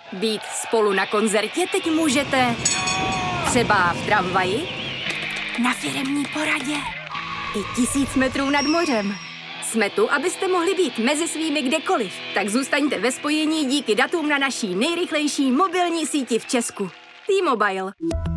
Být spolu na koncertě teď můžete třeba v tramvaji, na firemní poradě i 1000 metrů nad mořem. Jsme tu, abyste mohli být mezi svými kdekoliv. Tak zůstaňte ve spojení díky datům na naší nejrychlejší mobilní síti v Česku. T-Mobile.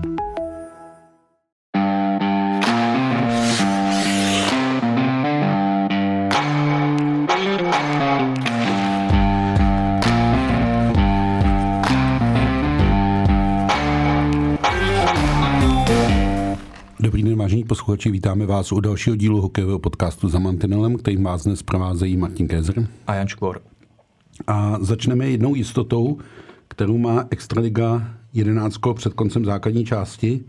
Dobrý den, vážení posluchači, vítáme vás u dalšího dílu hokejového podcastu Za mantinelem, kterým vás dnes provázejí Martin Kézer a Jan Škvor. A začneme jednou jistotou, kterou má Extraliga 11 kol před koncem základní části,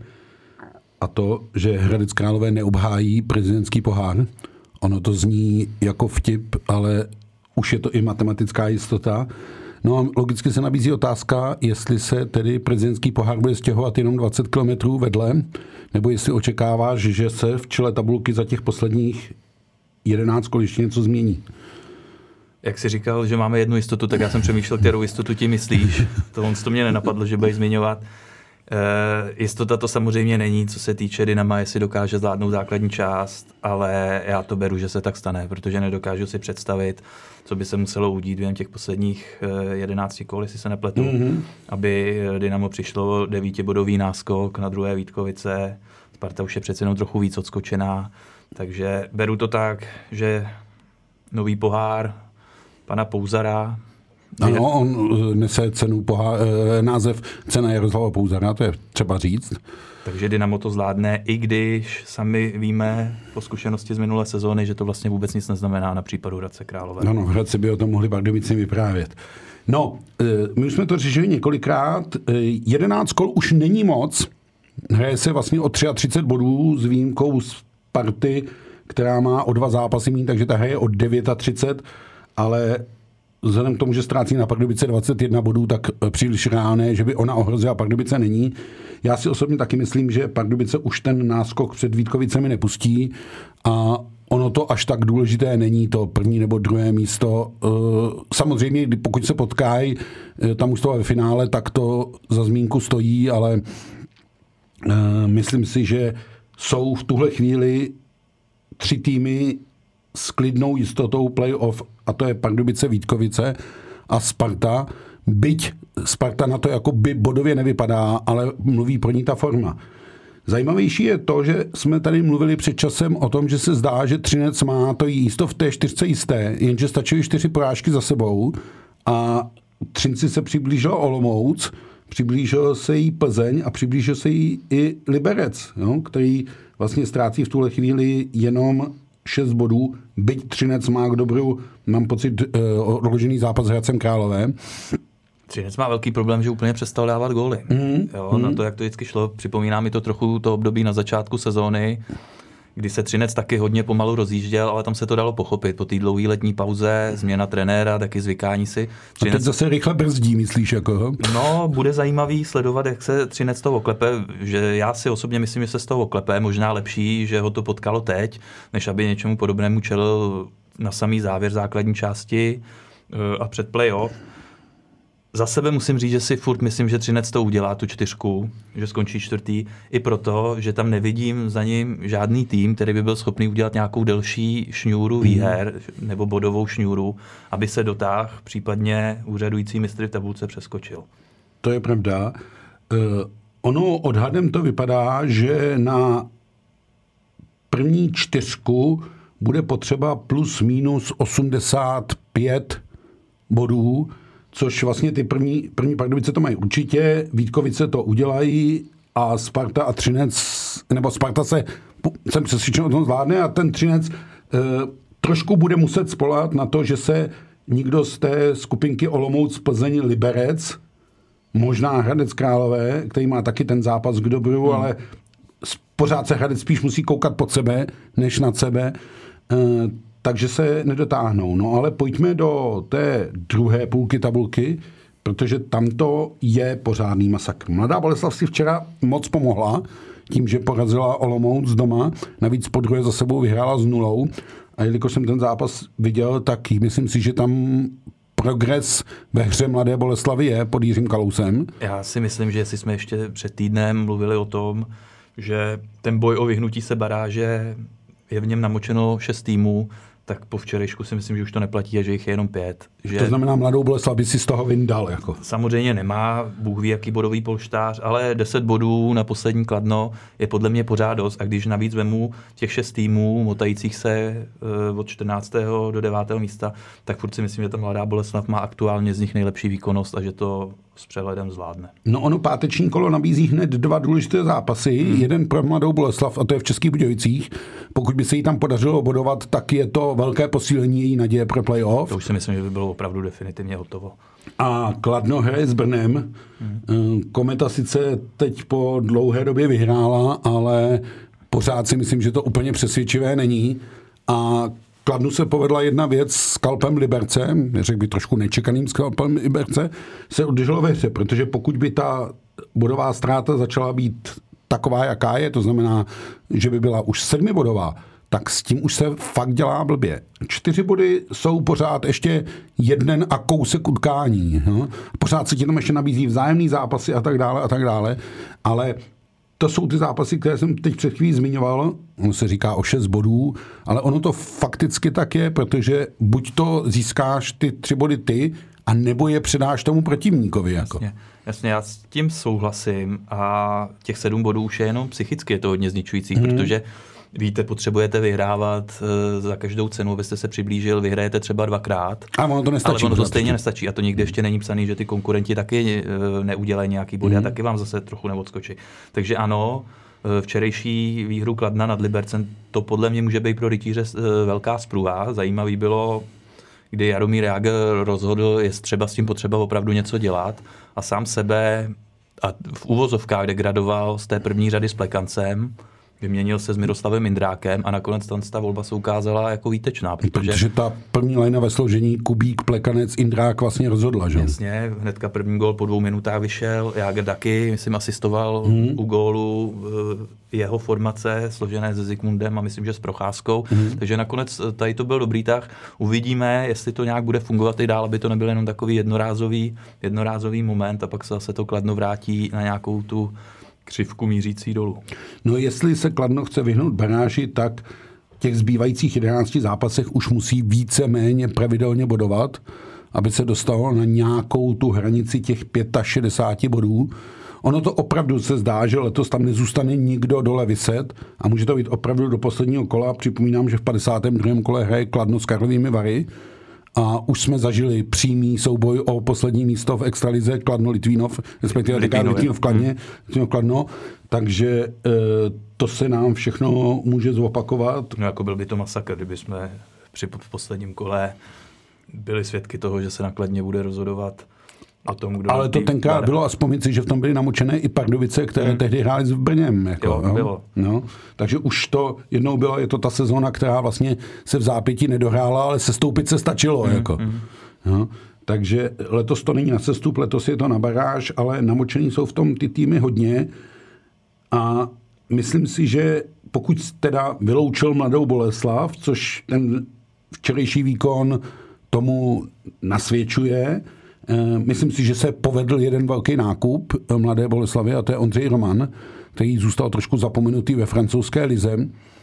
a to, že Hradec Králové neobhájí prezidentský pohár. Ono to zní jako vtip, ale už je to i matematická jistota. No a logicky se nabízí otázka, jestli se tedy prezidentský pohár bude stěhovat jenom 20 kilometrů vedle, nebo jestli očekáváš, že se v čele tabulky za těch posledních 11 kol ještě něco změní. Jak jsi říkal, že máme jednu jistotu, tak já jsem přemýšlel, kterou jistotu ti myslíš. To mě nenapadlo, že budeš zmiňovat. Jistota to samozřejmě není, co se týče Dynama, jestli dokáže zvládnout základní část, ale já to beru, že se tak stane, protože nedokážu si představit, co by se muselo udít během těch posledních 11 kol, jestli se nepletu, aby Dynamo přišlo 9bodový náskok na druhé Vítkovice. Sparta už je přece jenom trochu víc odskočená, takže beru to tak, že nový pohár pana Pouzara. Ano, on nese název Cena Jaroslava Pouzara, to je třeba říct. Takže Dynamo to zvládne, i když sami víme po zkušenosti z minulé sezóny, že to vlastně vůbec nic neznamená na případu Hradce Králové. Ano, v Hradci by o tom mohli Pardubici vyprávět. No, my už jsme to řešili několikrát. 11 kol už není moc. Hraje se vlastně o 33 bodů s výjimkou Sparty, která má o 2 zápasy míň, takže ta hraje o 39, ale vzhledem k tomu, že ztrácí na Pardubice 21 bodů, tak příliš reálné, že by ona ohrozila Pardubice není. Já si osobně taky myslím, že Pardubice už ten náskok před Vítkovicemi nepustí a ono to až tak důležité není, to první nebo druhé místo. Samozřejmě, pokud se potkají tam už to ve finále, tak to za zmínku stojí, ale myslím si, že jsou v tuhle chvíli 3 týmy s klidnou jistotou playoff, a to je Pardubice, Vítkovice a Sparta. Byť Sparta na to jako by bodově nevypadá, ale mluví pro ní ta forma. Zajímavější je to, že jsme tady mluvili před časem o tom, že se zdá, že Třinec má to jísto v té 4 jisté, jenže stačily 4 porážky za sebou a Třinci se přiblížil Olomouc, přiblížil se jí Plzeň a přiblížil se jí i Liberec, jo, který vlastně ztrácí v tuhle chvíli jenom 6 bodů, byť Třinec má k dobru, mám pocit, odložený zápas s Hradcem Králové. Třinec má velký problém, že úplně přestal dávat góly. Na to, jak to vždycky šlo, připomíná mi to trochu to období na začátku sezóny, kdy se Třinec taky hodně pomalu rozjížděl, ale tam se to dalo pochopit. Po té dlouhé letní pauze, změna trenéra, taky zvykání si. Třinec... A teď zase rychle brzdí, myslíš? Jako? No, bude zajímavý sledovat, jak se Třinec toho oklepe, že já si osobně myslím, že se z toho oklepe, možná lepší, že ho to potkalo teď, než aby něčemu podobnému čelil na samý závěr základní části a před playoff. Za sebe musím říct, že si furt myslím, že Třinec to udělá, tu 4, že skončí 4. I proto, že tam nevidím za ním žádný tým, který by byl schopný udělat nějakou delší šňůru výher nebo bodovou šňůru, aby se dotáhl, případně úřadující mistry v tabulce přeskočil. To je pravda. Ono odhadem to vypadá, že na první 4 bude potřeba plus minus 85 bodů, což vlastně ty první Pardubice to mají určitě, Vítkovice to udělají a Sparta a Třinec, nebo Sparta jsem přesvědčen o tom zvládne a ten Třinec trošku bude muset spoléhat na to, že se nikdo z té skupinky Olomouc, Plzeň, Liberec, možná Hradec Králové, který má taky ten zápas k dobru, ale pořád se Hradec spíš musí koukat pod sebe, než nad sebe, takže se nedotáhnou. No ale pojďme do té druhé půlky tabulky, protože tam to je pořádný masakr. Mladá Boleslav si včera moc pomohla tím, že porazila Olomouc doma, navíc po druhé za sebou vyhrála s 0. A jelikož jsem ten zápas viděl, tak myslím si, že tam progres ve hře Mladé Boleslavi je pod Jiřím Kalousem? Já si myslím, že jestli jsme ještě před týdnem mluvili o tom, že ten boj o vyhnutí se baráže je v něm namočeno 6 týmů, tak po včerejšku si myslím, že už to neplatí a že jich je jenom 5. Že to znamená, Mladou Boleslav by si z toho vyndal. Jako. Samozřejmě nemá, Bůh ví, jaký bodový polštář, ale 10 bodů na poslední Kladno je podle mě pořád dost. A když navíc vemu těch 6 týmů, motajících se od 14. do 9. místa, tak furt si myslím, že ta Mladá Boleslav má aktuálně z nich nejlepší výkonnost a že to s přehledem zvládne. No ono páteční kolo nabízí hned 2 důležité zápasy. Jeden pro Mladou Boleslav, a to je v Českých Budějovicích. Pokud by se jí tam podařilo bodovat, tak je to velké posílení její naděje pro playoff. To už si myslím, že by bylo opravdu definitivně hotovo. A Kladno hraje s Brnem. Kometa sice teď po dlouhé době vyhrála, ale pořád si myslím, že to úplně přesvědčivé není. A Kladnu se povedla jedna věc s Kalpem Liberce, řekl by trošku nečekaným s Kalpem Liberce, se udrželo ve hře, protože pokud by ta bodová ztráta začala být taková, jaká je, to znamená, že by byla už 7bodová, tak s tím už se fakt dělá blbě. 4 body jsou pořád ještě jeden a kousek utkání. No? Pořád se ti tam ještě nabízí vzájemný zápasy a tak dále, ale to jsou ty zápasy, které jsem teď před chvílí zmiňoval. Ono se říká o 6 bodů, ale ono to fakticky tak je, protože buď to získáš ty 3 body ty, a nebo je předáš tomu protivníkovi. Jako. Jasně, já s tím souhlasím a těch 7 bodů už je jenom psychicky je to hodně zničující, protože víte, potřebujete vyhrávat za každou cenu, abyste se přiblížil, vyhrajete třeba 2krát. A ono to nestačí. Ale ono to stejně nestačí a to nikdy ještě není psaný, že ty konkurenti taky neudělají nějaký body a taky vám zase trochu neodskočí. Takže ano, včerejší výhru Kladna nad Libercem, to podle mě může být pro rytíře velká zprůha. Zajímavý bylo, kdy Jaromír Jágr rozhodl, jestli třeba s tím potřeba opravdu něco dělat a sám sebe a v uvozovkách degradoval z té první řady s Plekancem, vyměnil se s Miroslavem Indrákem a nakonec ta volba se ukázala jako výtečná. Protože ta první lajna ve složení Kubík, Plekanec, Indrák vlastně rozhodla, že? Jasně, hnedka první gól po 2 minutách vyšel, Jágr taky, myslím, asistoval u gólu jeho formace, složené se Zikmundem a myslím, že s Procházkou, takže nakonec tady to byl dobrý tah. Uvidíme, jestli to nějak bude fungovat i dál, aby to nebyl jenom takový jednorázový moment a pak se zase to Kladno vrátí na nějakou tu křivku mířící dolů. No jestli se Kladno chce vyhnout baráži, tak v těch zbývajících 11 zápasech už musí víceméně pravidelně bodovat, aby se dostalo na nějakou tu hranici těch 65 bodů. Ono to opravdu se zdá, že letos tam nezůstane nikdo dole viset a může to být opravdu do posledního kola. Připomínám, že v 52. kole hraje Kladno s Karlovými Vary a už jsme zažili přímý souboj o poslední místo v extralize Kladno-Litvínov, respektive Litvínov Kladně, Kladno, takže to se nám všechno může zopakovat. No jako byl by to masakr, kdyby jsme v posledním kole byli svědky toho, že se na Kladně bude rozhodovat o tom, kdo... Ale to tenkrát bylo, a vzpomnět si, že v tom byly namočené i Pardubice, které tehdy hrály s Brněm. Jako, jo, bylo. No, takže už to jednou bylo, je to ta sezóna, která vlastně se v zápětí nedohrála, ale sestoupit se stačilo. Jako. No, takže letos to není na sestup, letos je to na baráž, ale namočení jsou v tom ty týmy hodně a myslím si, že pokud teda vyloučil Mladou Boleslav, což ten včerejší výkon tomu nasvědčuje, myslím si, že se povedl jeden velký nákup Mladé Boleslavy a to je Ondřej Roman, který zůstal trošku zapomenutý ve francouzské lize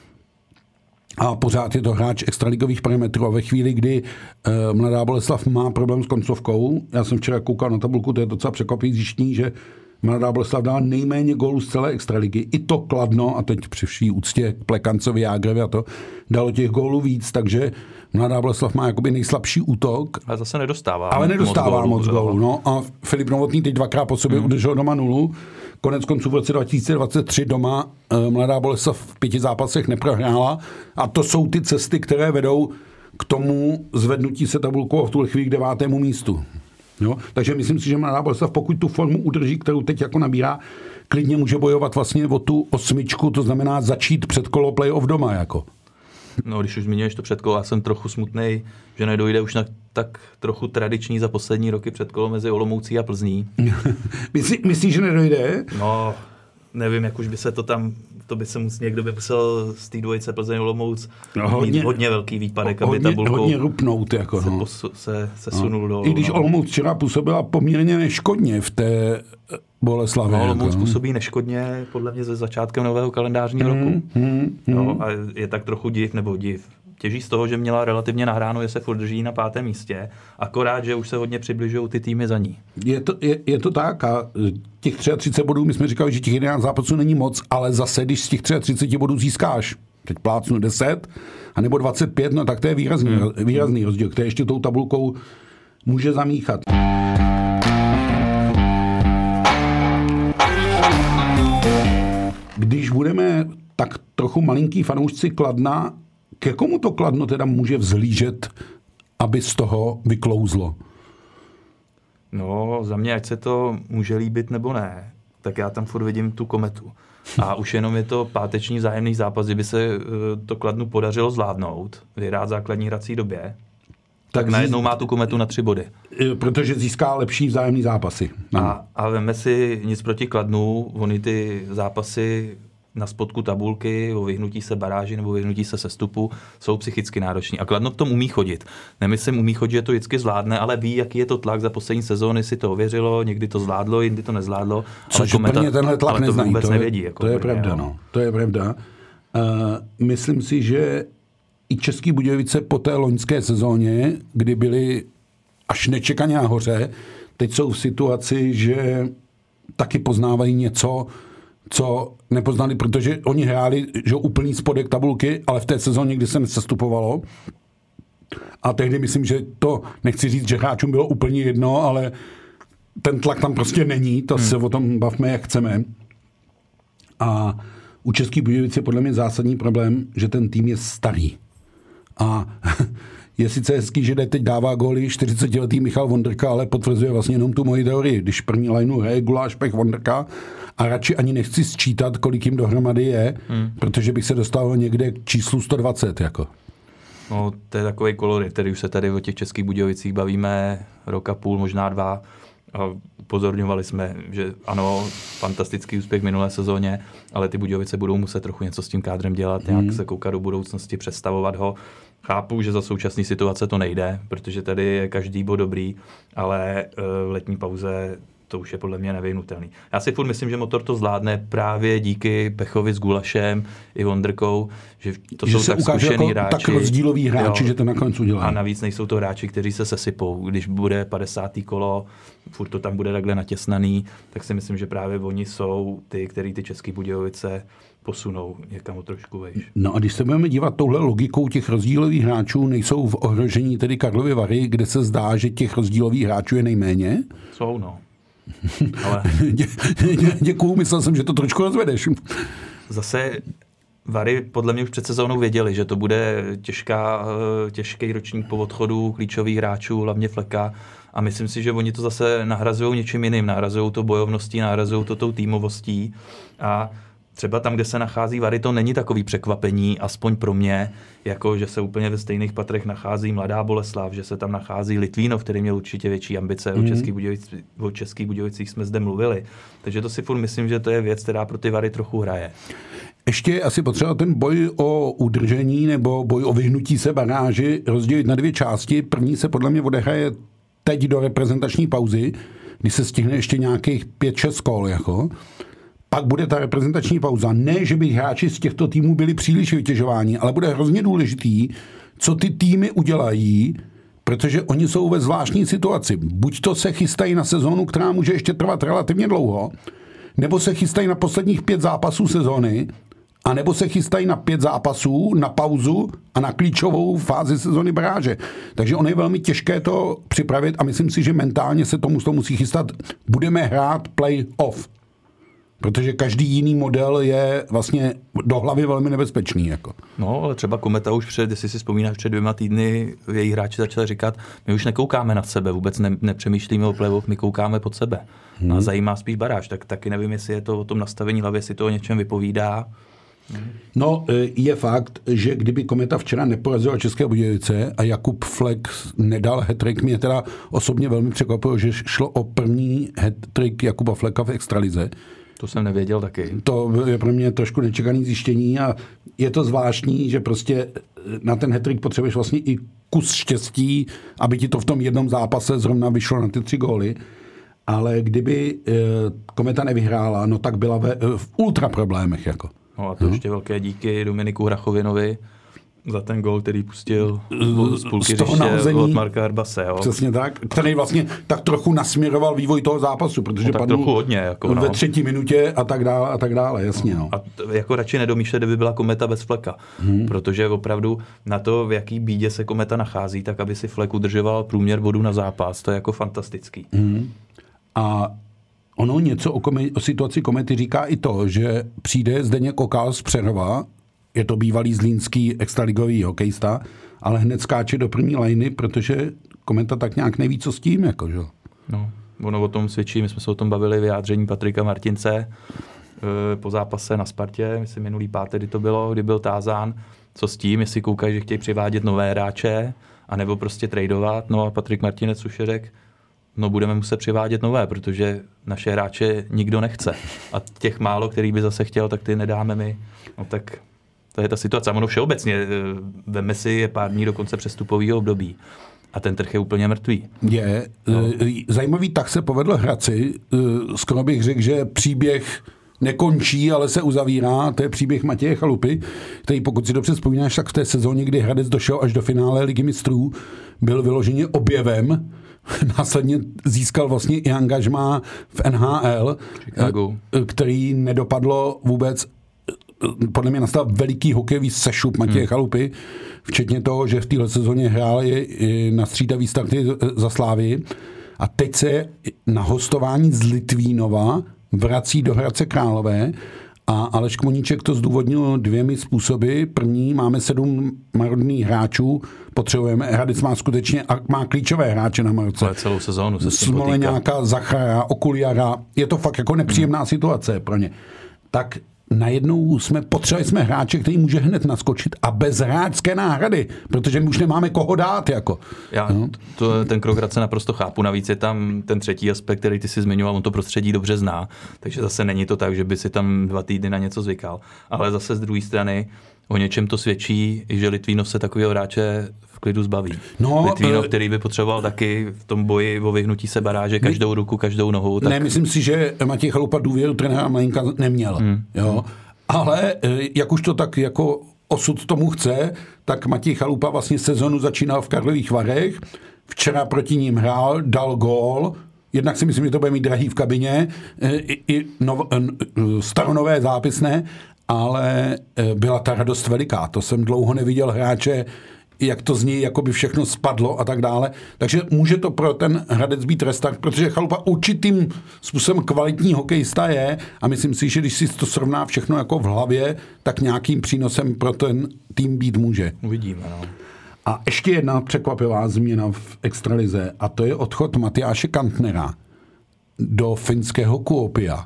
a pořád je to hráč extraligových parametrů a ve chvíli, kdy Mladá Boleslav má problém s koncovkou, já jsem včera koukal na tabulku, to je docela překvapivý zjištění, že Mladá Boleslav dala nejméně gólů z celé extraligy. I to Kladno, a teď při vší úctě k Plekancovi, Jágrovi a to, dalo těch gólů víc, takže Mladá Boleslav má jakoby nejslabší útok. Ale zase nedostává. Ale nedostává moc gólů. No. A Filip Novotný teď 2krát po sobě udržel doma 0. Konec konců v roce 2023 doma Mladá Boleslav v 5 zápasech neprohrála. A to jsou ty cesty, které vedou k tomu zvednutí se tabulkou v tuhle chvíli k 9. místu. Jo? Takže myslím si, že Mladá Boleslav, pokud tu formu udrží, kterou teď jako nabírá, klidně může bojovat vlastně o tu 8, to znamená začít předkolo playoff doma. Jako. No, když už zmiňuješ to předkolo, já jsem trochu smutnej, že nedojde už na tak trochu tradiční za poslední roky předkolo mezi Olomoucí a Plzní. Myslíš, že nedojde? No, nevím, jak už by se to by se někdo by musel z té dvojice Plzeň Olomouc mít hodně velký výpadek, aby tabulkou hodně rupnout, jako se sunul dolů. I když Olomouc včera působila poměrně neškodně v té Boleslavi. Olomouc působí neškodně, podle mě, se začátkem nového kalendářního roku. A je tak trochu div. Těží z toho, že měla relativně nahráno, že se furt drží na 5. místě, akorát, že už se hodně přibližují ty týmy za ní. Je to tak a těch 33 bodů, my jsme říkali, že těch 11 zápasů není moc, ale zase, když z těch 33 bodů získáš, teď plácnu 10, anebo 25, no tak to je výrazný rozdíl, který ještě tou tabulkou může zamíchat. Když budeme tak trochu malinký fanoušci Kladna, ke komu to Kladno teda může vzhlížet, aby z toho vyklouzlo? No, za mě, ať se to může líbit nebo ne, tak já tam furt vidím tu Kometu. A už jenom je to páteční vzájemný zápas, kdyby se to Kladnu podařilo zvládnout, vyhrát základní hrací době, tak najednou má tu Kometu na 3 body. Protože získá lepší vzájemný zápasy. A veme si nic proti Kladnu, oni ty zápasy na spodku tabulky, o vyhnutí se baráži nebo vyhnutí se sestupu, jsou psychicky nároční. A Kladno v tom umí chodit. Nemyslím umí chodit, že to vždycky zvládne, ale ví, jaký je to tlak. Za poslední sezóny si to ověřilo, někdy to zvládlo, jindy to nezvládlo. Což úplně tenhle tlak ale neznají. To vůbec nevědí. Jako to je pravda, no. To je pravda. Myslím si, že i Český Budějovice po té loňské sezóně, kdy byli až nečekaně nahoře, teď jsou v situaci, že taky poznávají něco, co nepoznali, protože oni hráli, že úplný spodek tabulky, ale v té sezóně, kdy se nesestupovalo. A tehdy myslím, že to, nechci říct, že hráčům bylo úplně jedno, ale ten tlak tam prostě není, to se o tom bavme, jak chceme. A u Český Budějovic je podle mě zásadní problém, že ten tým je starý. A je sice hezký, že teď dává góly 40letý Michal Vondrka, ale potvrzuje vlastně jenom tu moji teorii. Když první lineu hraje Guláš, Pech, Vondrka a radši ani nechci sčítat, kolik jim dohromady je, protože bych se dostal někde k číslu 120. Jako. No, to je takový kolorit, který už se tady o těch Českých Budějovicích bavíme rok a půl, možná 2. A upozorňovali jsme, že ano, fantastický úspěch v minulé sezóně, ale ty Budějovice budou muset trochu něco s tím kádrem dělat, nějak se koukat do budoucnosti, představovat ho. Chápu, že za současné situace to nejde, protože tady je každý bod dobrý, ale v letní pauze to už je podle mě nevyhnutelný. Já si furt myslím, že Motor to zvládne právě díky Pechovi s Gulašem i Vondrkou, že to že jsou tak zkušený jako hráči. Tak rozdíloví hráči, že to nakonec udělá. A navíc nejsou to hráči, kteří se sesypou. Když bude 50. kolo, furt to tam bude takhle natěsnaný, tak si myslím, že právě oni jsou ty, který ty Český Budějovice posunou někam o trošku vejš. No a když se budeme dívat touhle logikou těch rozdílových hráčů, nejsou v ohrožení tedy Karlovy Vary, kde se zdá, že těch rozdílových hráčů je nejméně? Jsou, no. Ale... Děkuju, myslel jsem, že to trošku rozvedeš. Zase Vary podle mě už před sezónou věděli, že to bude těžký ročník po odchodu klíčových hráčů, hlavně Fleka. A myslím si, že oni to zase nahrazují něčím jiným. Nahrazují to bojovností, nahrazují to tou týmovostí. A třeba tam, kde se nachází Vary, to není takový překvapení, aspoň pro mě, jako že se úplně ve stejných patrech nachází Mladá Boleslav, že se tam nachází Litvínov, který měl určitě větší ambice. O Českých Budějovicích jsme zde mluvili. Takže to si furt myslím, že to je věc, která pro ty Vary trochu hraje. Ještě je asi potřeba ten boj o udržení nebo boj o vyhnutí se baráži rozdělit na 2 části. První se podle mě odehraje teď do reprezentační pauzy, kdy se stihne ještě nějakých 5-6 kol, jako. Pak bude ta reprezentační pauza. Ne, že by hráči z těchto týmů byli příliš vytěžováni, ale bude hrozně důležitý, co ty týmy udělají, protože oni jsou ve zvláštní situaci. Buď to se chystají na sezónu, která může ještě trvat relativně dlouho, nebo se chystají na posledních 5 zápasů sezóny, a nebo se chystají na 5 zápasů, na pauzu a na klíčovou fázi sezóny baráže. Takže ono je velmi těžké to připravit a myslím si, že mentálně se tomu musí chystat. Budeme hrát play-off. Protože každý jiný model je vlastně do hlavy velmi nebezpečný. Jako. No, ale třeba Kometa už jestli si vzpomínáš, před 2 týdny její hráči začali říkat, my už nekoukáme na sebe, vůbec nepřemýšlíme o playoff, my koukáme pod sebe. A zajímá spíš baráž, tak taky nevím, jestli je to o tom nastavení hlavy, jestli to o něčem vypovídá. No, je fakt, že kdyby Kometa včera neporazila České Budějovice a Jakub Flek nedal hat-trick, mě teda osobně velmi překvapilo, že šlo o první hat-trick Jakuba Fleka v extralize, To jsem nevěděl taky. To je pro mě trošku nečekaný zjištění a je to zvláštní, že prostě na ten hat-trick potřebuješ vlastně i kus štěstí, aby ti to v tom jednom zápase zrovna vyšlo na ty 3 góly. Ale kdyby Kometa nevyhrála, no tak byla v ultra problémech. Jako. No a to ještě velké díky Dominiku Hrachovinovi za ten gól, který pustil z půlky hřiště od Marka Herbase. Jo. Přesně tak, který vlastně tak trochu nasměroval vývoj toho zápasu, protože tak trochu hodně. Jako, ve 3. minutě a tak dále, jasně. No. A jako radši nedomýšlet, kdyby byla Kometa bez Fleka, protože opravdu na to, v jaký bídě se Kometa nachází, tak aby si Flek udržoval průměr bodů na zápas, to je jako fantastický. A ono něco o situaci Komety říká i to, že přijde Zdeněk Kokal z Přerova, je to bývalý zlínský extraligový hokejista, ale hned skáče do první lajny, protože Kometa tak nějak neví, co s tím. Jako, že? No, ono o tom svědčí, my jsme se o tom bavili, vyjádření Patrika Martince po zápase na Spartě, myslím minulý pátek, kdy to bylo, kdy byl tázán, co s tím, jestli koukají, že chtějí přivádět nové hráče, anebo prostě tradovat. No a Patrik Martinec už řekl, no budeme muset přivádět nové, protože naše hráče nikdo nechce. A těch málo, který by zase chtěl, tak ty nedáme my. No tak to je ta situace. Ono všeobecně, veme si je pár dní do konce přestupového období. A ten trh je úplně mrtvý. Je. No. Zajímavý tak se povedl Hradci. Skoro bych řekl, že příběh nekončí, ale se uzavírá. To je příběh Matěje Chalupy, který, pokud si dobře vzpomínáš, tak v té sezóně, kdy Hradec došel až do finále Ligy mistrů, byl vyloženě objevem. Následně získal vlastně i angažmá v NHL, který nedopadlo vůbec. Podle mě nastal veliký hokejový sešup Matěje Chalupy, včetně toho, že v téhle sezóně hrál na střídavý starty za Slávii. A teď se na hostování z Litvínova vrací do Hradce Králové a Aleš Kmoníček to zdůvodnil 2 způsoby. První, máme 7 marodných hráčů, potřebujeme, Hradec má skutečně má klíčové hráče na Marce. Celou sezónu se Smoleňáka, Zachara, Okuliara, je to fakt jako nepříjemná situace pro ně. Tak najednou potřebovali jsme hráče, který může hned naskočit a bez hráčské náhrady, protože my už nemáme koho dát. Jako. Ten krok Hradce naprosto chápu. Navíc je tam ten třetí aspekt, který ty si zmiňoval, on to prostředí dobře zná, takže zase není to tak, že by si tam 2 týdny na něco zvykal. Ale zase z druhé strany o něčem to svědčí, že Litvínov se takového hráče v klidu zbaví. Litvínov, který by potřeboval taky v tom boji o vyhnutí se baráže každou ruku, každou nohu. Tak... Ne, myslím si, že Matěj Chalupa důvěru trenéra Malinka neměl. Jo? Ale jak už to tak jako osud tomu chce, tak Matěj Chalupa vlastně sezonu začínal v Karlových Varech. Včera proti ním hrál, dal gól. Jednak si myslím, že to bude mít drahý v kabině. Staronové zápisné. Ale byla ta radost veliká. To jsem dlouho neviděl hráče, jak to z něj jako by všechno spadlo a tak dále. Takže může to pro ten Hradec být restart, protože Chalupa určitým způsobem kvalitní hokejista je a myslím si, že když si to srovná všechno jako v hlavě, tak nějakým přínosem pro ten tým být může. Uvidíme, no. A ještě jedna překvapivá změna v extralize a to je odchod Matyáše Kantnera do finského Kuopia.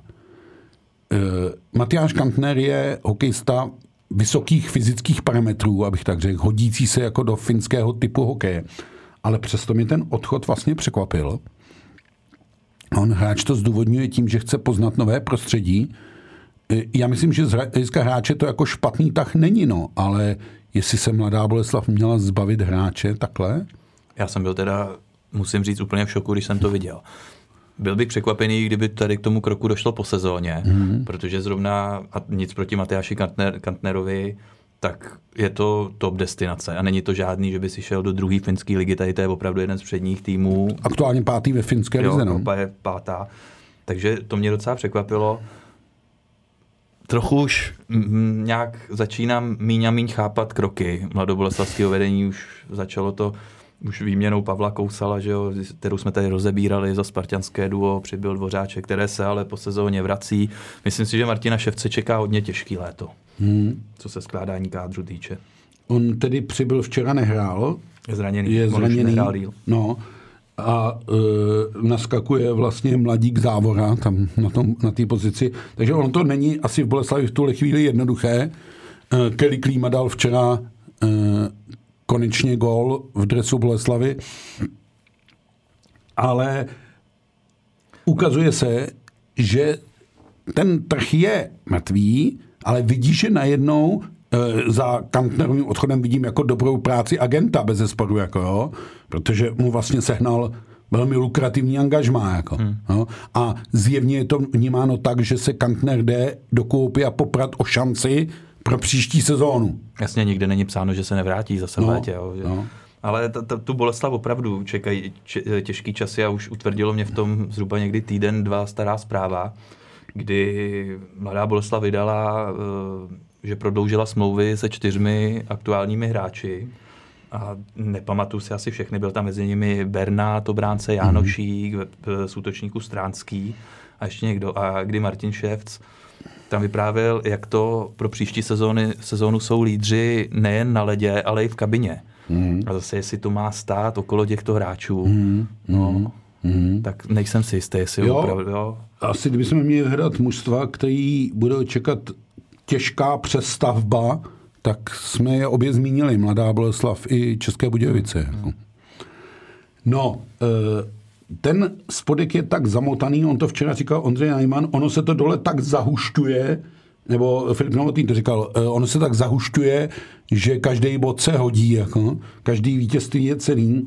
Matyáš Kantner je hokejista vysokých fyzických parametrů, abych tak řekl, hodící se jako do finského typu hokeje. Ale přesto mě ten odchod vlastně překvapil. On hráč to zdůvodňuje tím, že chce poznat nové prostředí. Já myslím, že z hlediska hráče to jako špatný tah není, no, ale jestli se Mladá Boleslav měla zbavit hráče takhle? Já jsem byl teda, musím říct, úplně v šoku, když jsem to viděl. Byl bych překvapený, kdyby tady k tomu kroku došlo po sezóně, protože zrovna, a nic proti Matyáši Kantnerovi, tak je to top destinace a není to žádný, že by si šel do druhé finské ligy, tady to je opravdu jeden z předních týmů. Aktuálně 5. ve finské lize, no. Je 5. Takže to mě docela překvapilo. Trochu už nějak začínám míň a míň chápat kroky mladoboleslavského vedení, už začalo to už výměnou Pavla Kousala, že jo, kterou jsme tady rozebírali za spartanské duo, přibyl Dvořáček, které se ale po sezóně vrací. Myslím si, že Martina Ševce čeká hodně těžký léto, co se skládání kádru týče. On tedy přibyl včera, nehrál. Je zraněný. Nehrál díl. No a naskakuje vlastně mladík Závora tam na té pozici. Takže ono to není asi v Boleslavi v tuhle chvíli jednoduché. Kelly Klíma dal včera konečně gól v dresu Boleslavy, ale ukazuje se, že ten trh je mrtvý, ale vidíš, že najednou za Kantnerovým odchodem vidím jako dobrou práci agenta bezesporu, jako jo, protože mu vlastně sehnal velmi lukrativní angažmá. Jako, jo. A zjevně je to vnímáno tak, že se Kantner jde do Koupy a poprat o šanci pro příští sezónu. Jasně, nikde není psáno, že se nevrátí zase v létě. Jo, že... Ale tu Boleslav opravdu čekají těžký časy a už utvrdilo mě v tom zhruba někdy týden, 2 stará zpráva, kdy mladá Boleslav vydala, že prodloužila smlouvy se 4 aktuálními hráči. A nepamatuju si asi všechny, byl tam mezi nimi Bernát, obránce Jánošík, z útočníků Stránský a ještě někdo. A kdy Martin Ševc tam vyprávěl, jak to pro příští sezónu jsou lídři nejen na ledě, ale i v kabině. A zase, jestli to má stát okolo těchto hráčů, tak nejsem si jistý, jestli opravdu. Jo. Asi kdybychom měli hledat mužstva, který bude čekat těžká přestavba, tak jsme je obě zmínili, Mladá Boleslav i České Budějovice. No, ten spodek je tak zamotaný, on to včera říkal Ondřej Najman, ono se to dole tak zahušťuje, nebo Filip Novotný to říkal, ono se tak zahušťuje, že každý bod se hodí, jako, každý vítězství je cenný.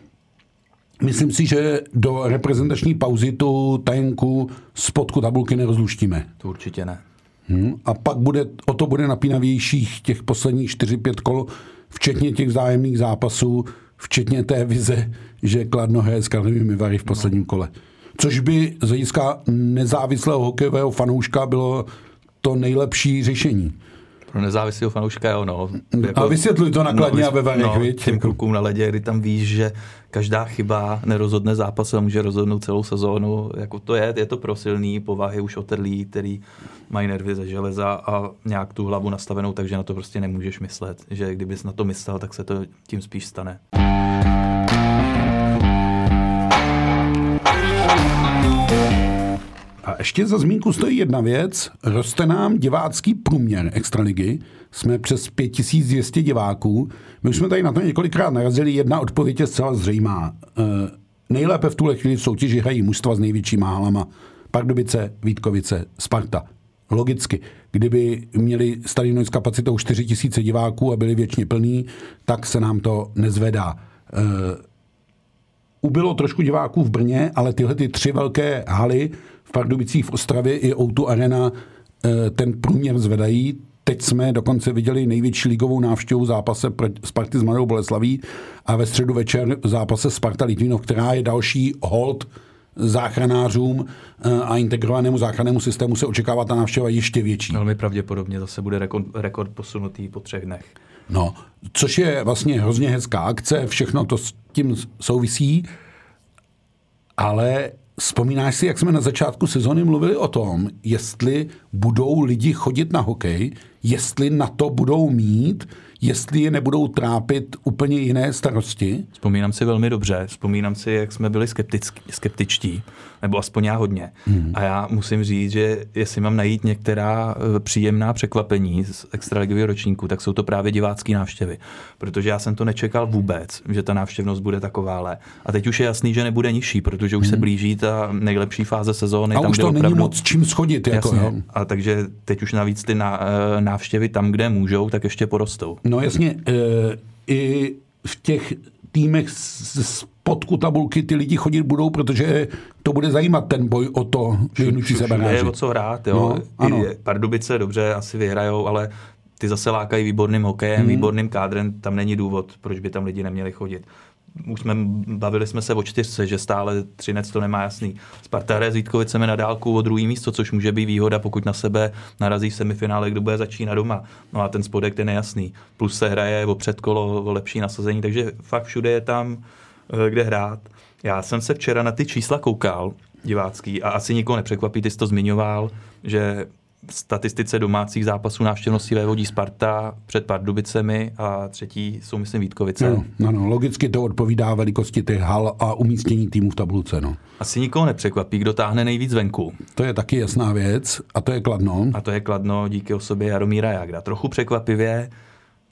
Myslím si, že do reprezentační pauzy tu tajenku spodku tabulky nerozluštíme. To určitě ne. A pak bude napínavějších těch posledních 4-5 kol, včetně těch vzájemných zápasů, včetně té vize, že Kladno hraje s Karlovými Vary v posledním kole. Což by z hlediska nezávislého hokejového fanouška bylo to nejlepší řešení. Pro nezávislého fanouška, jo, no. Jako, a vysvětluj to na Kladně a ve Varech, viď? Těm klukům na ledě, kdy tam víš, že každá chyba nerozhodne zápas a může rozhodnout celou sezónu. Jako to je to pro silný povahy už otrlí, který mají nervy ze železa a nějak tu hlavu nastavenou, takže na to prostě nemůžeš myslet. Že kdybys na to myslel, tak se to tím spíš stane. A ještě za zmínku stojí jedna věc. Roste nám divácký průměr extraligy. Jsme přes 5200 diváků. My už jsme tady na to několikrát narazili. Jedna odpověď je zcela zřejmá. Nejlépe v tuhle chvíli v soutěži hrají mužstva s největšíma halama. Pardubice, Vítkovice, Sparta. Logicky, kdyby měli stadion s kapacitou 4000 diváků a byli věčně plný, tak se nám to nezvedá. Ubylo trošku diváků v Brně, ale tyhle 3 velké haly v Pardubicích, v Ostravě i O2 Arena ten průměr zvedají. Teď jsme dokonce viděli největší ligovou návštěvu zápase Sparty s Mladou Boleslaví a ve středu večer zápase Sparta Litvínov, která je další hold záchranářům a integrovanému záchrannému systému se očekává ta návštěva ještě větší. Velmi pravděpodobně zase bude rekord posunutý po 3 dnech. No, což je vlastně hrozně hezká akce, všechno to s tím souvisí, ale vzpomínáš si, jak jsme na začátku sezony mluvili o tom, jestli budou lidi chodit na hokej, jestli na to budou mít, jestli je nebudou trápit úplně jiné starosti? Vzpomínám si velmi dobře. Vzpomínám si, jak jsme byli skeptičtí, nebo aspoň já hodně. A já musím říct, že jestli mám najít některá příjemná překvapení z extraligového ročníku, tak jsou to právě divácké návštěvy. Protože já jsem to nečekal vůbec, že ta návštěvnost bude takováhle. A teď už je jasný, že nebude nižší, protože už se blíží ta nejlepší fáze sezóny. A tam, už to opravdu... není moc čím schodit. Jako, jasně. A takže teď už navíc ty návštěvy tam, kde můžou, tak ještě porostou. No jasně, i v těch týmech spodku tabulky ty lidi chodit budou, protože to bude zajímat ten boj o to, vyhnutí se baráži. Je o co hrát, jo. No, Pardubice dobře asi vyhrajou, ale ty zase lákají výborným hokejem, výborným kádrem, tam není důvod, proč by tam lidi neměli chodit. Už bavili jsme se o 4, že stále Třinec to nemá jasný. Sparta hraje s Vítkovicemi na dálku o 2. místo, což může být výhoda, pokud na sebe narazí v semifinále, kdo bude začínat doma. No a ten spodek ten je nejasný. Plus se hraje o předkolo, o lepší nasazení, takže fakt všude je tam, kde hrát. Já jsem se včera na ty čísla koukal, divácký, a asi nikoho nepřekvapí, ty jsi to zmiňoval, že statistice domácích zápasů návštěvnosti vévodí Sparta před Pardubicemi a 3. jsou, myslím, Vítkovice. No, logicky to odpovídá velikosti těch hal a umístění týmu v tabulce. No. Asi nikoho nepřekvapí, kdo táhne nejvíc venku. To je taky jasná věc a to je Kladno. A to je Kladno díky osobě Jaromíra Jágra. Trochu překvapivě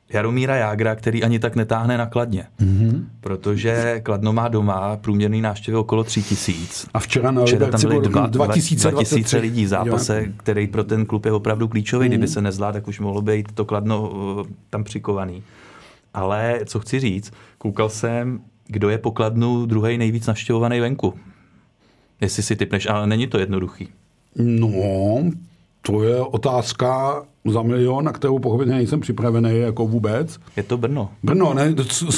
Jaromíra Jágra, který ani tak netáhne na Kladně. Protože Kladno má doma průměrný návštěvy okolo 3000. A včera tam byly 2000 lidí v zápase, jo. který pro ten klub je opravdu klíčový. Kdyby se nezvládl, tak už mohlo být to Kladno tam přikovaný. Ale co chci říct, koukal jsem, kdo je po Kladnu druhý nejvíc navštěvovaný venku. Jestli si typneš, ale není to jednoduchý. No, to je otázka za milion, na kterou pochopitelně nejsem připravený jako vůbec. Je to Brno. Brno, ne?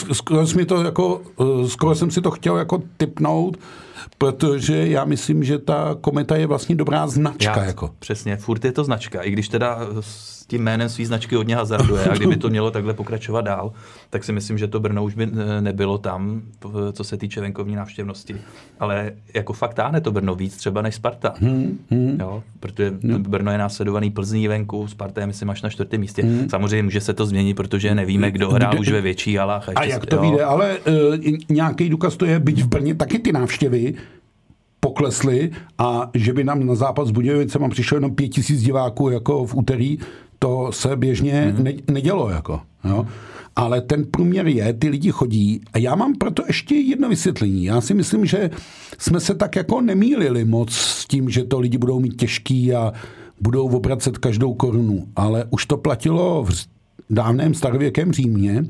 Skoro jsem si to chtěl jako tipnout, protože já myslím, že ta Kometa je vlastně dobrá značka. Jako. Přesně, furt je to značka. I když teda s tím jménem svý značky hodně hazarduje a kdyby to mělo takhle pokračovat dál, tak si myslím, že to Brno už by nebylo tam, co se týče venkovní návštěvnosti. Ale jako fakt táhne to Brno víc třeba než Sparta. Jo? Protože Brno je následovaný Plzní venku, Sparta je myslím až na 4. místě. Samozřejmě může se to změnit, protože nevíme, kdo hrál už ve větších halách. A jak to vyjde, ale nějaký důkaz to je, byť v Brně taky ty návštěvy poklesly a že by nám na zápas s Budějovicema přišlo jenom 5000 diváků jako v úterý, to se běžně nedělo. Jako, jo. Ale ten průměr je, ty lidi chodí a já mám proto ještě jedno vysvětlení. Já si myslím, že jsme se tak jako nemýlili moc s tím, že to lidi budou mít těžký a budou obracet každou korunu. Ale už to platilo v dávném starověkém Římě,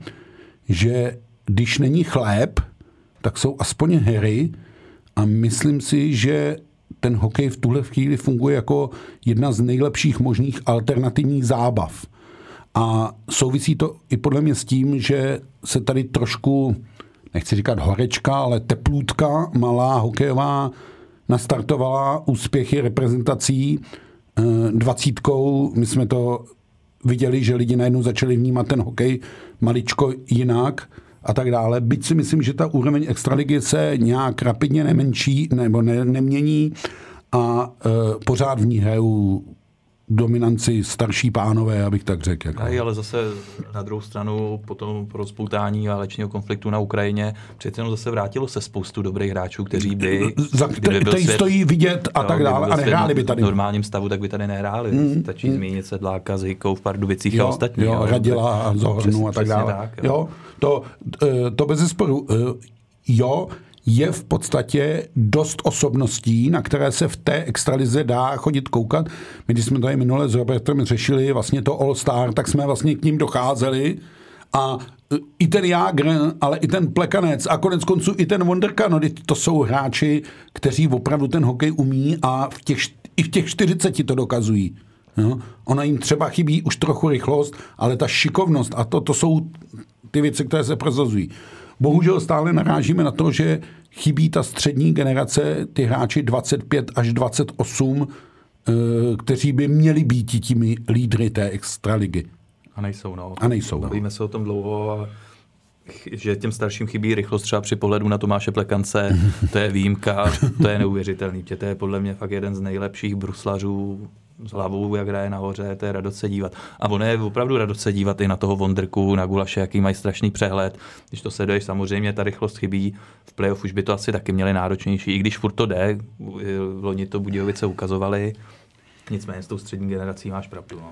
že když není chléb, tak jsou aspoň hry a myslím si, že ten hokej v tuhle chvíli funguje jako jedna z nejlepších možných alternativních zábav. A souvisí to i podle mě s tím, že se tady trošku, nechci říkat horečka, ale teplůtka malá hokejová nastartovala úspěchy reprezentací 20. My jsme to viděli, že lidi najednou začali vnímat ten hokej maličko jinak a tak dále. Byť si myslím, že ta úroveň extraligy se nějak rapidně nemenší nebo nemění a pořád v ní hrajou dominanci starší pánové, abych tak řekl. Jako. Ale zase na druhou stranu po tom rozpoutání válečného konfliktu na Ukrajině přece jenom zase vrátilo se spoustu dobrých hráčů, kteří by... Kteří stojí vidět a tak dále a nehráli by tady. V normálním stavu tak by tady nehráli. Stačí zmínit Sedláka s Hejkou v Pardubicích a ostatní. Jo, Radila a Zohrnu a tak dále. Tak, jo. To bezesporu. Jo, je v podstatě dost osobností, na které se v té extralize dá chodit koukat. My, když jsme tady minule s Robertem řešili vlastně to All Star, tak jsme vlastně k ním docházeli a i ten Jágr, ale i ten Plekanec a konec konců i ten Wonderka, no to jsou hráči, kteří opravdu ten hokej umí a i v těch 40 to dokazují. No? Ona jim třeba chybí už trochu rychlost, ale ta šikovnost a to jsou ty věci, které se prosazují. Bohužel stále narážíme na to, že chybí ta střední generace, ty hráči 25 až 28, kteří by měli být těmi lídry té extraligy. A nejsou, no. Bavíme se o tom dlouho, že těm starším chybí rychlost třeba při pohledu na Tomáše Plekance, to je výjimka, to je neuvěřitelný. To je podle mě fakt jeden z nejlepších bruslařů s hlavou, jak hraje nahoře, to je radost se dívat. A ono je opravdu radost se dívat i na toho Wonderku, na Gulaše, jaký mají strašný přehled. Když to sleduješ, samozřejmě ta rychlost chybí. V playoff už by to asi taky měli náročnější, i když furt to jde. Loni to Budějovice ukazovali. Nicméně s tou střední generací máš pravdu. No.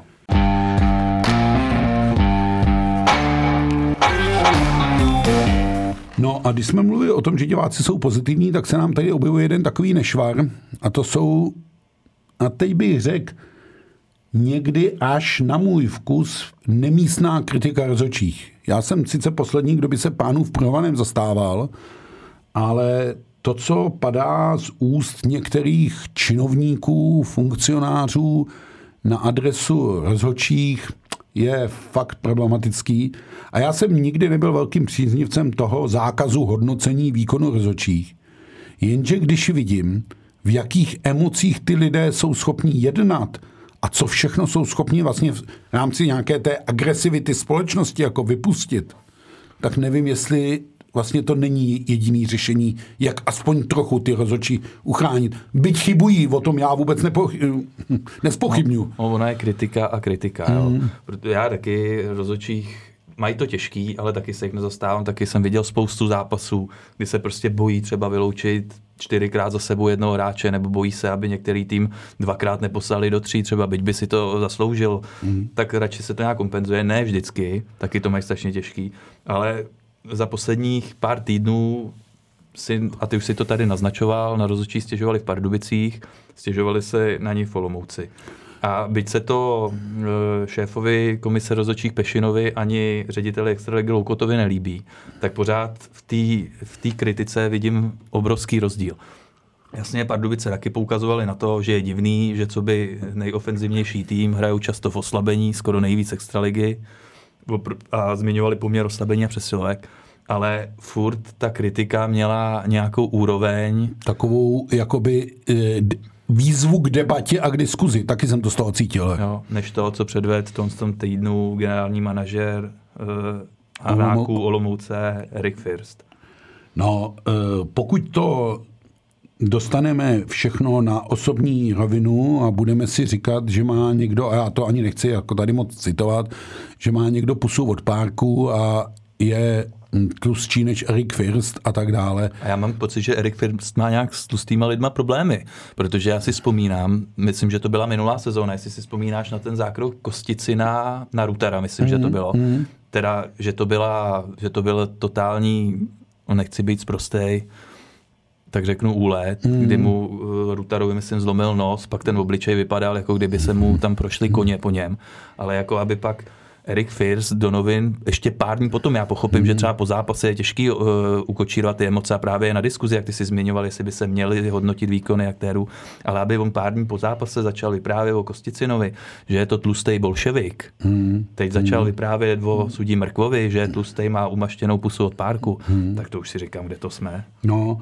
No a když jsme mluvili o tom, že diváci jsou pozitivní, tak se nám tady objevuje jeden takový nešvar a to jsou, a teď bych řekl, někdy až na můj vkus nemístná kritika rozhodčích. Já jsem sice poslední, kdo by se pánů v Provaném zastával, ale to, co padá z úst některých činovníků, funkcionářů na adresu rozhodčích, je fakt problematický. A já jsem nikdy nebyl velkým příznivcem toho zákazu hodnocení výkonu rozhodčích. Jenže když vidím, v jakých emocích ty lidé jsou schopni jednat a co všechno jsou schopni vlastně v rámci nějaké té agresivity společnosti jako vypustit, tak nevím, jestli vlastně to není jediný řešení, jak aspoň trochu ty rozhodčí uchránit. Byť chybují, o tom já vůbec nespochybňuji. No, ona je kritika a kritika. Jo. Protože já taky rozhodčích mají to těžký, ale taky se jich nezastávám. Taky jsem viděl spoustu zápasů, kdy se prostě bojí třeba vyloučit 4krát za sebou jednoho hráče, nebo bojí se, aby některý tým 2krát neposlali do 3, třeba byť by si to zasloužil, tak radši se to nějak kompenzuje. Ne vždycky, taky to mají strašně těžký, ale za posledních pár týdnů a ty už si to tady naznačoval, na rozhodčí stěžovali v Pardubicích, stěžovali se na ní v Olomouci. A byť se to šéfovi komise rozhodčích Pešinovi ani řediteli Extraligy Loukotovi nelíbí, tak pořád v té kritice vidím obrovský rozdíl. Jasně, Pardubice taky poukazovali na to, že je divný, že co by nejofenzivnější tým hrajou často v oslabení, skoro nejvíc Extraligy a zmiňovali poměr oslabení a přesilovek. Ale furt ta kritika měla nějakou úroveň. Takovou jakoby výzvu k debatě a k diskuzi. Taky jsem to z toho cítil. Jo, než to, co předvedl v tom týdnu generální manažer Hanáků Olomouce Erik First. No, pokud to dostaneme všechno na osobní rovinu a budeme si říkat, že má někdo, a já to ani nechci jako tady moc citovat, že má někdo pusu od párku a je tlustší než Erik First a tak dále. A já mám pocit, že Erik First má nějak s tlustýma lidma problémy, protože já si vzpomínám, myslím, že to byla minulá sezóna, jestli si vzpomínáš na ten zákrok Kostici na Rutara, myslím, že to bylo. Teda, že to byl totální, nechci být sprostej, tak řeknu úlet, kdy mu Rutarovi, myslím, zlomil nos, pak ten obličej vypadal, jako kdyby se mu tam prošli koně po něm, ale jako aby pak Erik First do novin ještě pár dní potom, já pochopím, že třeba po zápase je těžký ukočírovat ty emoce a právě na diskuzi, jak ty si zmiňoval, jestli by se měli hodnotit výkony aktérů, ale aby on pár dní po zápase začal vyprávět o Kosticinovi, že je to tlustej bolševik. Teď začal vyprávět o sudí Mrkvovi, že tlustej má umaštěnou pusu od párku. Tak to už si říkám, kde to jsme. No,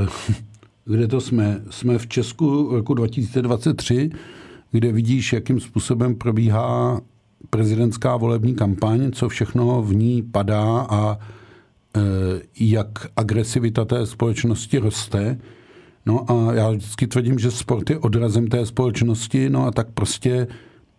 kde to jsme? Jsme v Česku roku 2023, kde vidíš, jakým způsobem probíhá prezidentská volební kampaň, co všechno v ní padá a jak agresivita té společnosti roste. No a já vždycky tvrdím, že sport je odrazem té společnosti, no a tak prostě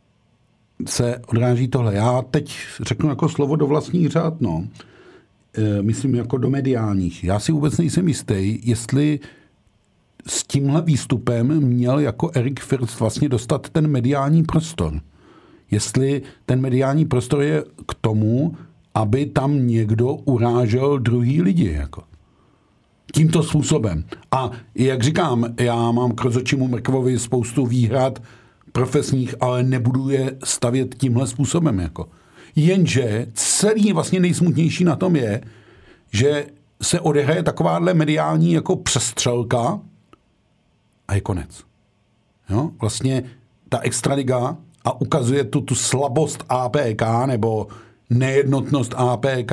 se odráží tohle. Já teď řeknu jako slovo do vlastních řád, no. Myslím jako do mediálních. Já si vůbec nejsem jistý, jestli s tímhle výstupem měl jako Erik First vlastně dostat ten mediální prostor. Jestli ten mediální prostor je k tomu, aby tam někdo urážel druhý lidi. Jako. Tímto způsobem. A jak říkám, já mám k rozhodčímu Mrkvovi spoustu výhrad profesních, ale nebudu je stavět tímhle způsobem. Jako. Jenže celý vlastně nejsmutnější na tom je, že se odehraje takováhle mediální jako přestřelka a je konec. Jo? Vlastně ta extraliga a ukazuje tu slabost APK nebo nejednotnost APK,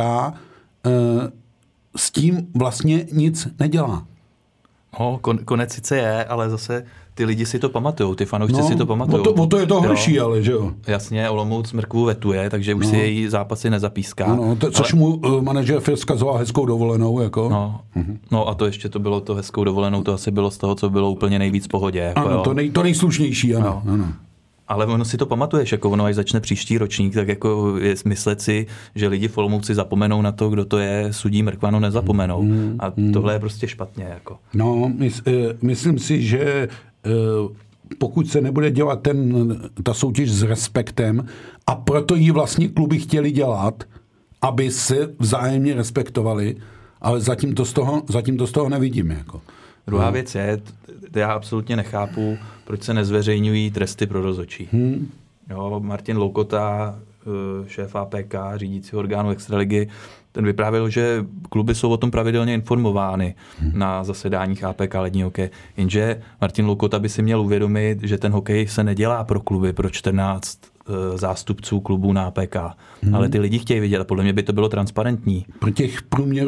s tím vlastně nic nedělá. No, konec sice je, ale zase ty lidi si to pamatujou, ty fanoušci si to pamatujou. O to je to horší, ale že jo. Jasně, Olomouc Mrkvu vetuje, takže už si její zápasy nezapíská. Což mu manažer First vzkazoval hezkou dovolenou. Jako. No a to ještě to bylo to hezkou dovolenou, to asi bylo z toho, co bylo úplně nejvíc v pohodě. Jako, ano, to nejslušnější, ano. Ale ono si to pamatuješ, jako ono, až začne příští ročník, tak jako je myslet si, že lidi v Olomouci zapomenou na to, kdo to je, sudí Mrkvano nezapomenou. A tohle je prostě špatně. Jako. No, myslím si, že pokud se nebude dělat ta soutěž s respektem, a proto ji vlastně kluby chtěli dělat, aby se vzájemně respektovali, ale zatím to z toho nevidím. Jako. Druhá věc je, já absolutně nechápu, proč se nezveřejňují tresty pro rozhodčí. Jo, Martin Loukota, šéf APK, řídící orgánu Extraligy, ten vyprávěl, že kluby jsou o tom pravidelně informovány na zasedáních APK lední hokej. Jenže Martin Loukota by si měl uvědomit, že ten hokej se nedělá pro kluby, pro 14 zástupců klubů na APK. Ale ty lidi chtějí vidět a podle mě by to bylo transparentní. Pro těch průměru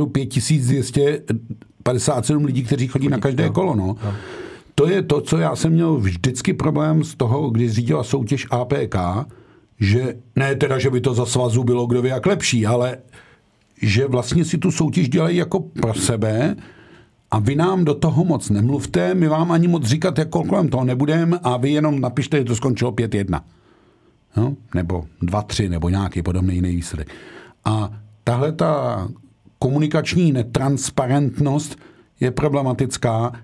5257 lidí, kteří chodí na každé kolo. No. To je to, co já jsem měl vždycky problém z toho, když řídila soutěž APK, že ne teda, že by to za svazu bylo kdo ví jak lepší, ale že vlastně si tu soutěž dělají jako pro sebe a vy nám do toho moc nemluvte, my vám ani moc říkat, jak kolem toho nebudeme a vy jenom napište, že to skončilo 5-1. No? Nebo 2-3, nebo nějaký podobný jiný výsledek. A tahle ta komunikační netransparentnost je problematická.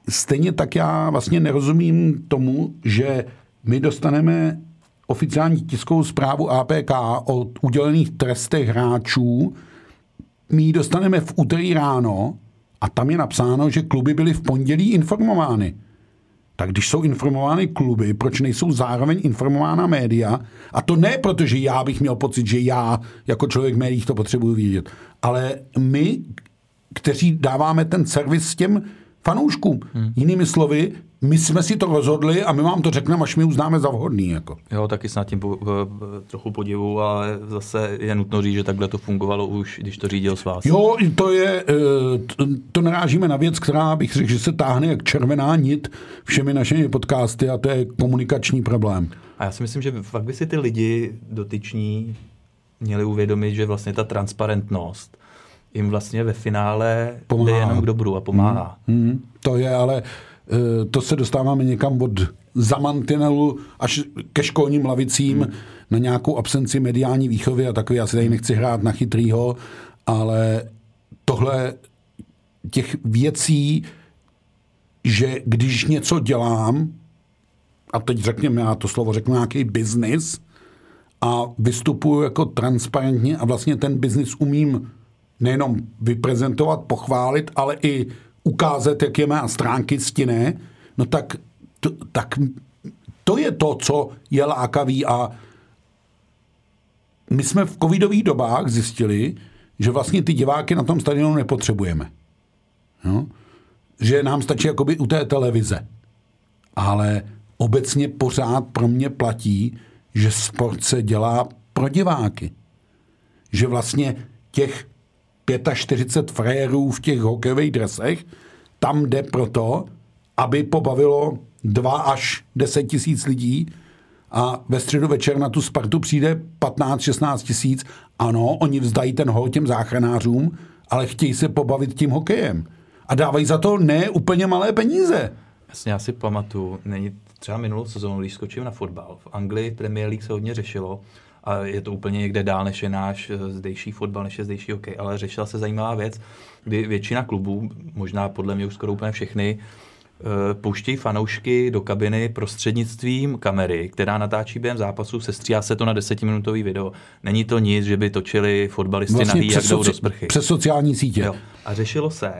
stejně tak já vlastně nerozumím tomu, že my dostaneme oficiální tiskovou zprávu APK o udělených trestech hráčů, my ji dostaneme v úterý ráno a tam je napsáno, že kluby byly v pondělí informovány. Tak když jsou informovány kluby, proč nejsou zároveň informována média? A to ne proto, že já bych měl pocit, že já jako člověk v médiích to potřebuji vědět, ale my, kteří dáváme ten servis těm fanouškům. Jinými slovy, my jsme si to rozhodli a my vám to řekneme, až my uznáme za vhodný. Jako. Jo, taky snad tím trochu podivu, ale zase je nutno říct, že takhle to fungovalo už, když to řídil Svaz. Jo, to narážíme na věc, která bych řekl, že se táhne jak červená nit všemi našimi podcasty a to je komunikační problém. A já si myslím, že fakt by si ty lidi dotyční měli uvědomit, že vlastně ta transparentnost jim vlastně ve finále jde jenom k dobru a pomáhá. To je, ale to se dostáváme někam od zamantinelu až ke školním lavicím na nějakou absenci mediální výchovy a takový. Já si tady nechci hrát na chytrýho, ale tohle těch věcí, že když něco dělám, a teď řekněme, já to slovo řeknu, nějaký biznis a vystupuju jako transparentně a vlastně ten biznis umím nejenom vyprezentovat, pochválit, ale i ukázat, jak je má stránky stinné, no tak to je to, co je lákavý a my jsme v covidových dobách zjistili, že vlastně ty diváky na tom stadionu nepotřebujeme. No? Že nám stačí jakoby u té televize. Ale obecně pořád pro mě platí, že sport se dělá pro diváky. Že vlastně těch 45 frérů v těch hokejových dresech tam jde proto, aby pobavilo 2 až 10 tisíc lidí a ve středu večer na tu Spartu přijde 15-16 tisíc. Ano, oni vzdají ten hol těm záchranářům, ale chtějí se pobavit tím hokejem. A dávají za to ne úplně malé peníze. Jasně, já si pamatuju, není třeba minulou sezónu, když skočím na fotbal. V Anglii Premier League se hodně řešilo, a je to úplně někde dál, než je náš zdejší fotbal, než je zdejší hokej, ale řešila se zajímavá věc, kdy většina klubů, možná podle mě už skoro úplně všechny, pouštějí fanoušky do kabiny prostřednictvím kamery, která natáčí během zápasu, sestříhá se to na 10minutový video. Není to nic, že by točili fotbalisty vlastně nahý, jak jdou do sprchy. Přes sociální sítě. Jo. A řešilo se,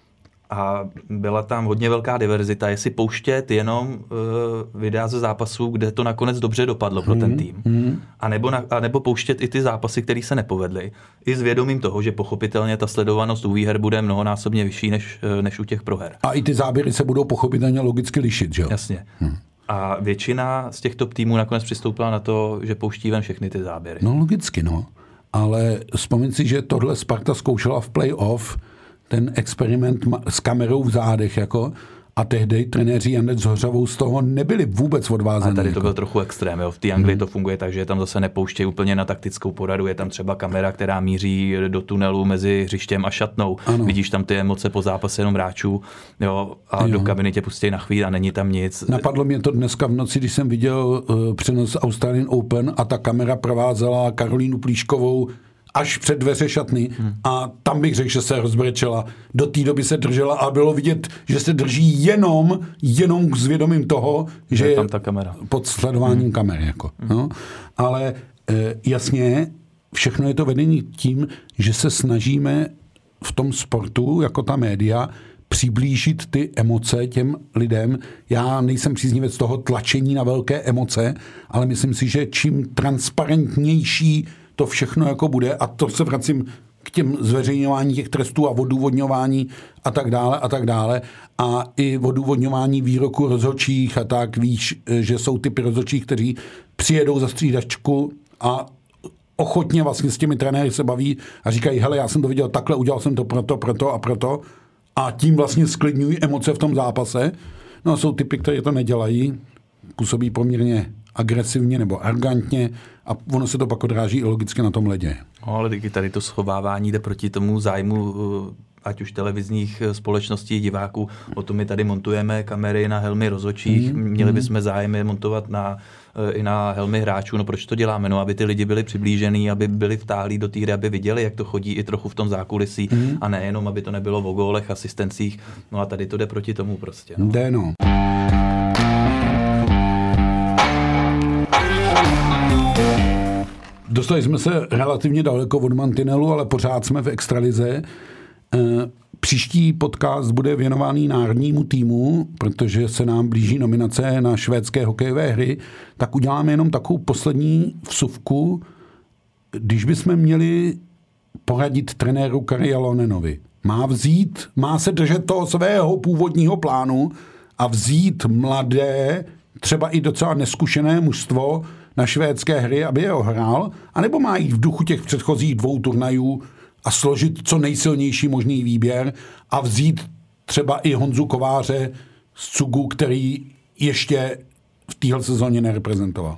a byla tam hodně velká diverzita, jestli pouštět jenom videa ze zápasů, kde to nakonec dobře dopadlo pro ten tým. A nebo pouštět i ty zápasy, které se nepovedly. I s vědomím toho, že pochopitelně ta sledovanost u výher bude mnohonásobně vyšší než u těch proher. A i ty záběry se budou pochopitelně logicky lišit, že jo? Jasně. A většina z těch top týmů nakonec přistoupila na to, že pouští ven všechny ty záběry. No logicky, no. Ale vzpomíň si, že tohle Sparta zkoušela v playoff, ten experiment s kamerou v zádech, jako, a tehdy trenéři Janec s Hořavou z toho nebyli vůbec odvázaní. A tady to jako. byl trochu extrém. Jo. V té Anglii to funguje tak, že tam zase nepouštějí úplně na taktickou poradu. Je tam třeba kamera, která míří do tunelu mezi hřištěm a šatnou. Ano. Vidíš tam ty emoce po zápase jenom hráčů, jo, a do kabiny tě pustí na chvíli a není tam nic. Napadlo mě to dneska v noci, když jsem viděl přenos Australian Open a ta kamera provázela Karolínu Plíškovou až před dveře šatny a tam bych řekl, že se rozbrečela. Do té doby se držela a bylo vidět, že se drží jenom s vědomím toho, že je tam ta kamera. Pod sledováním kamery. Jako, no. Ale jasně, všechno je to vedení tím, že se snažíme v tom sportu, jako ta média, přiblížit ty emoce těm lidem. Já nejsem příznivec toho tlačení na velké emoce, ale myslím si, že čím transparentnější to všechno jako bude, a to se vracím k těm zveřejňování těch trestů a odůvodňování a tak dále. A i odůvodňování výroku rozhodčích a tak, víš, že jsou typy rozhodčích, kteří přijedou za střídačku a ochotně vlastně s těmi trenéry se baví a říkají, hele, já jsem to viděl takhle, udělal jsem to proto a tím vlastně sklidňují emoce v tom zápase. No a jsou typy, které to nedělají, působí poměrně agresivně nebo arrogantně a ono se to pak odráží i logicky na tom ledě. No, ale tady to schovávání jde proti tomu zájmu ať už televizních společností, diváků, o tom my tady montujeme kamery na helmy rozhodčích, měli bychom zájem je montovat i na helmy hráčů, no proč to děláme? No, aby ty lidi byli přiblížený, aby byli vtáhlí do té hry, aby viděli, jak to chodí i trochu v tom zákulisí a nejenom, aby to nebylo o gólech, asistencích, no a tady to jde proti tomu prostě. No. Jde, no. Dostali jsme se relativně daleko od mantinelu, ale pořád jsme v extralize. Příští podcast bude věnovaný národnímu týmu, protože se nám blíží nominace na švédské hokejové hry, tak uděláme jenom takovou poslední vsuvku. Když bychom měli poradit trenéru Kari Jalonenovi, má se držet toho svého původního plánu a vzít mladé, třeba i docela neskušené mužstvo na švédské hry, aby je ohrál, anebo má jít v duchu těch předchozích 2 turnajů a složit co nejsilnější možný výběr a vzít třeba i Honzu Kováře z Cugu, který ještě v téhle sezóně nereprezentoval.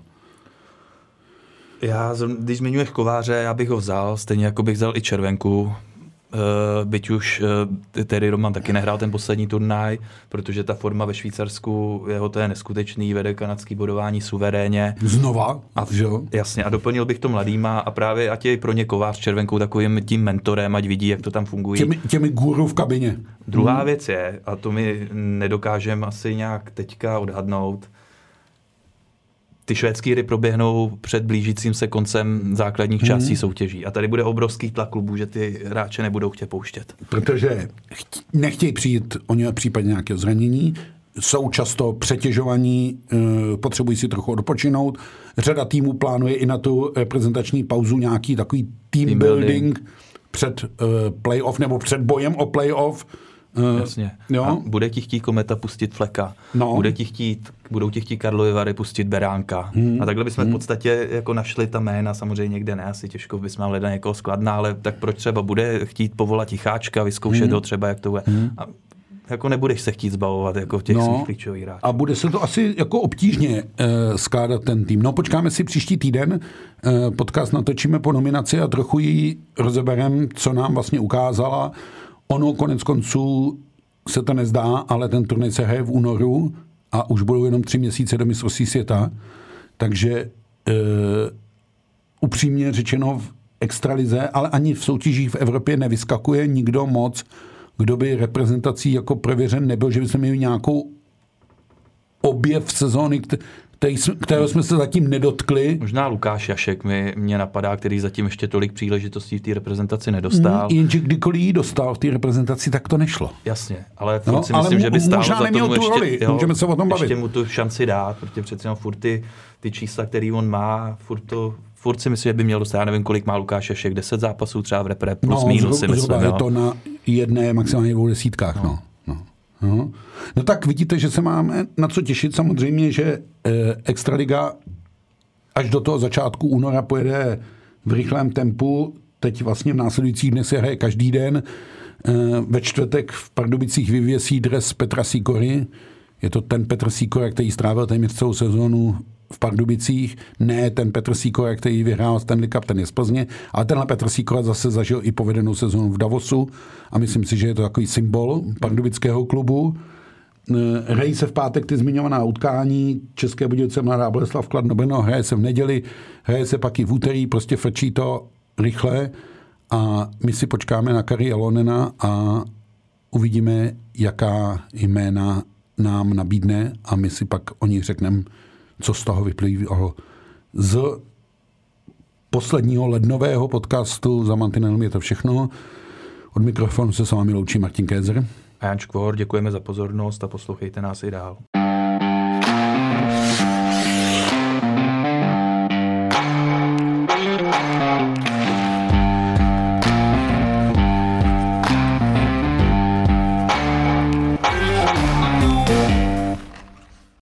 Když zmiňuješ Kováře, já bych ho vzal, stejně jako bych vzal i Červenku. Byť už tedy Roman taky nehrál ten poslední turnaj, protože ta forma ve Švýcarsku, to je neskutečný, vede kanadský bodování suverénně. Znova? Že jo? Jasně, a doplnil bych to mladýma a právě ať je pro ně Kovář Červenkou takovým tím mentorem, ať vidí, jak to tam funguje. Těmi guru v kabině. Druhá věc je, a to my nedokážeme asi nějak teďka odhadnout, ty švédské hry proběhnou před blížícím se koncem základních částí soutěží. A tady bude obrovský tlak klubů, že ty hráče nebudou chtět pouštět. Protože nechtějí přijít o ně případně nějaké zranění, jsou často přetěžovaní, potřebují si trochu odpočinout. Řada týmů plánuje i na tu reprezentační pauzu nějaký takový team building před playoff nebo před bojem o playoff. Jasně. Jo? A bude ti chtít Kometa pustit Fleka, budou ti chtít Karlovy Vary pustit Beránka. A takhle bychom v podstatě jako našli ta jména, samozřejmě někde ne, asi těžko bychom hledali někoho Skladna, ale tak proč třeba bude chtít povolat Ticháčka, vyzkoušet ho třeba, jak to bude. A jako nebudeš se chtít zbavovat jako těch svých klíčových hráčů. A bude se to asi jako obtížně skládat ten tým. No počkáme si příští týden, podcast natočíme po nominaci a trochu ji rozebereme, co nám vlastně ukázala. Ono konec konců se to nezdá, ale ten turnaj se hraje v únoru a už budou jenom 3 měsíce do mistrovství světa. Takže upřímně řečeno v extralize, ale ani v soutěžích v Evropě nevyskakuje nikdo moc, kdo by reprezentací jako prověřen nebyl, že by jsme měli nějakou objev sezóny, kterého jsme se zatím nedotkli. Možná Lukáš Jašek mě napadá, který zatím ještě tolik příležitostí v té reprezentaci nedostal. Jenže kdykoliv ji dostal v té reprezentaci, tak to nešlo. Jasně, ale si myslím, že by stálo za tomu tu roli. Můžeme se o tom bavit. Ještě mu tu šanci dát, protože přece furt ty čísla, který on má, furt si myslím, že by měl dostat, já nevím, kolik má Lukáš Jašek, 10 zápasů třeba v repre, plus minus si myslím. Je to na 1, maximálně 2 desítkách, No tak vidíte, že se máme na co těšit. Samozřejmě, že Extraliga až do toho začátku února pojede v rychlém tempu. Teď vlastně v následujících dnech se hraje každý den. Ve čtvrtek v Pardubicích vyvěsí dres Petra Sýkory. Je to ten Petr Sýkora, který strávil téměř celou sezónu v Pardubicích. Ne ten Petr Sýkora, který vyhrál Stanley Cup, ten je z Plzně, ale tenhle Petr Sýkora zase zažil i povedenou sezónu v Davosu a myslím si, že je to takový symbol pardubického klubu. Hrají se v pátek ty zmiňovaná utkání České Budějovice, Mladá Boleslav, Kladno, Brno, hraje se v neděli, hraje se pak i v úterý, prostě frčí to rychle a my si počkáme na Kari Jalonena a uvidíme, jaká jména nám nabídne a my si pak o nich řekneme, co z toho vyplývalo. Z posledního lednového podcastu Za mantinelem je to všechno. Od mikrofonu se s vámi loučí Martin Kézer a Jan Škvor. Děkujeme za pozornost a poslouchejte nás i dál.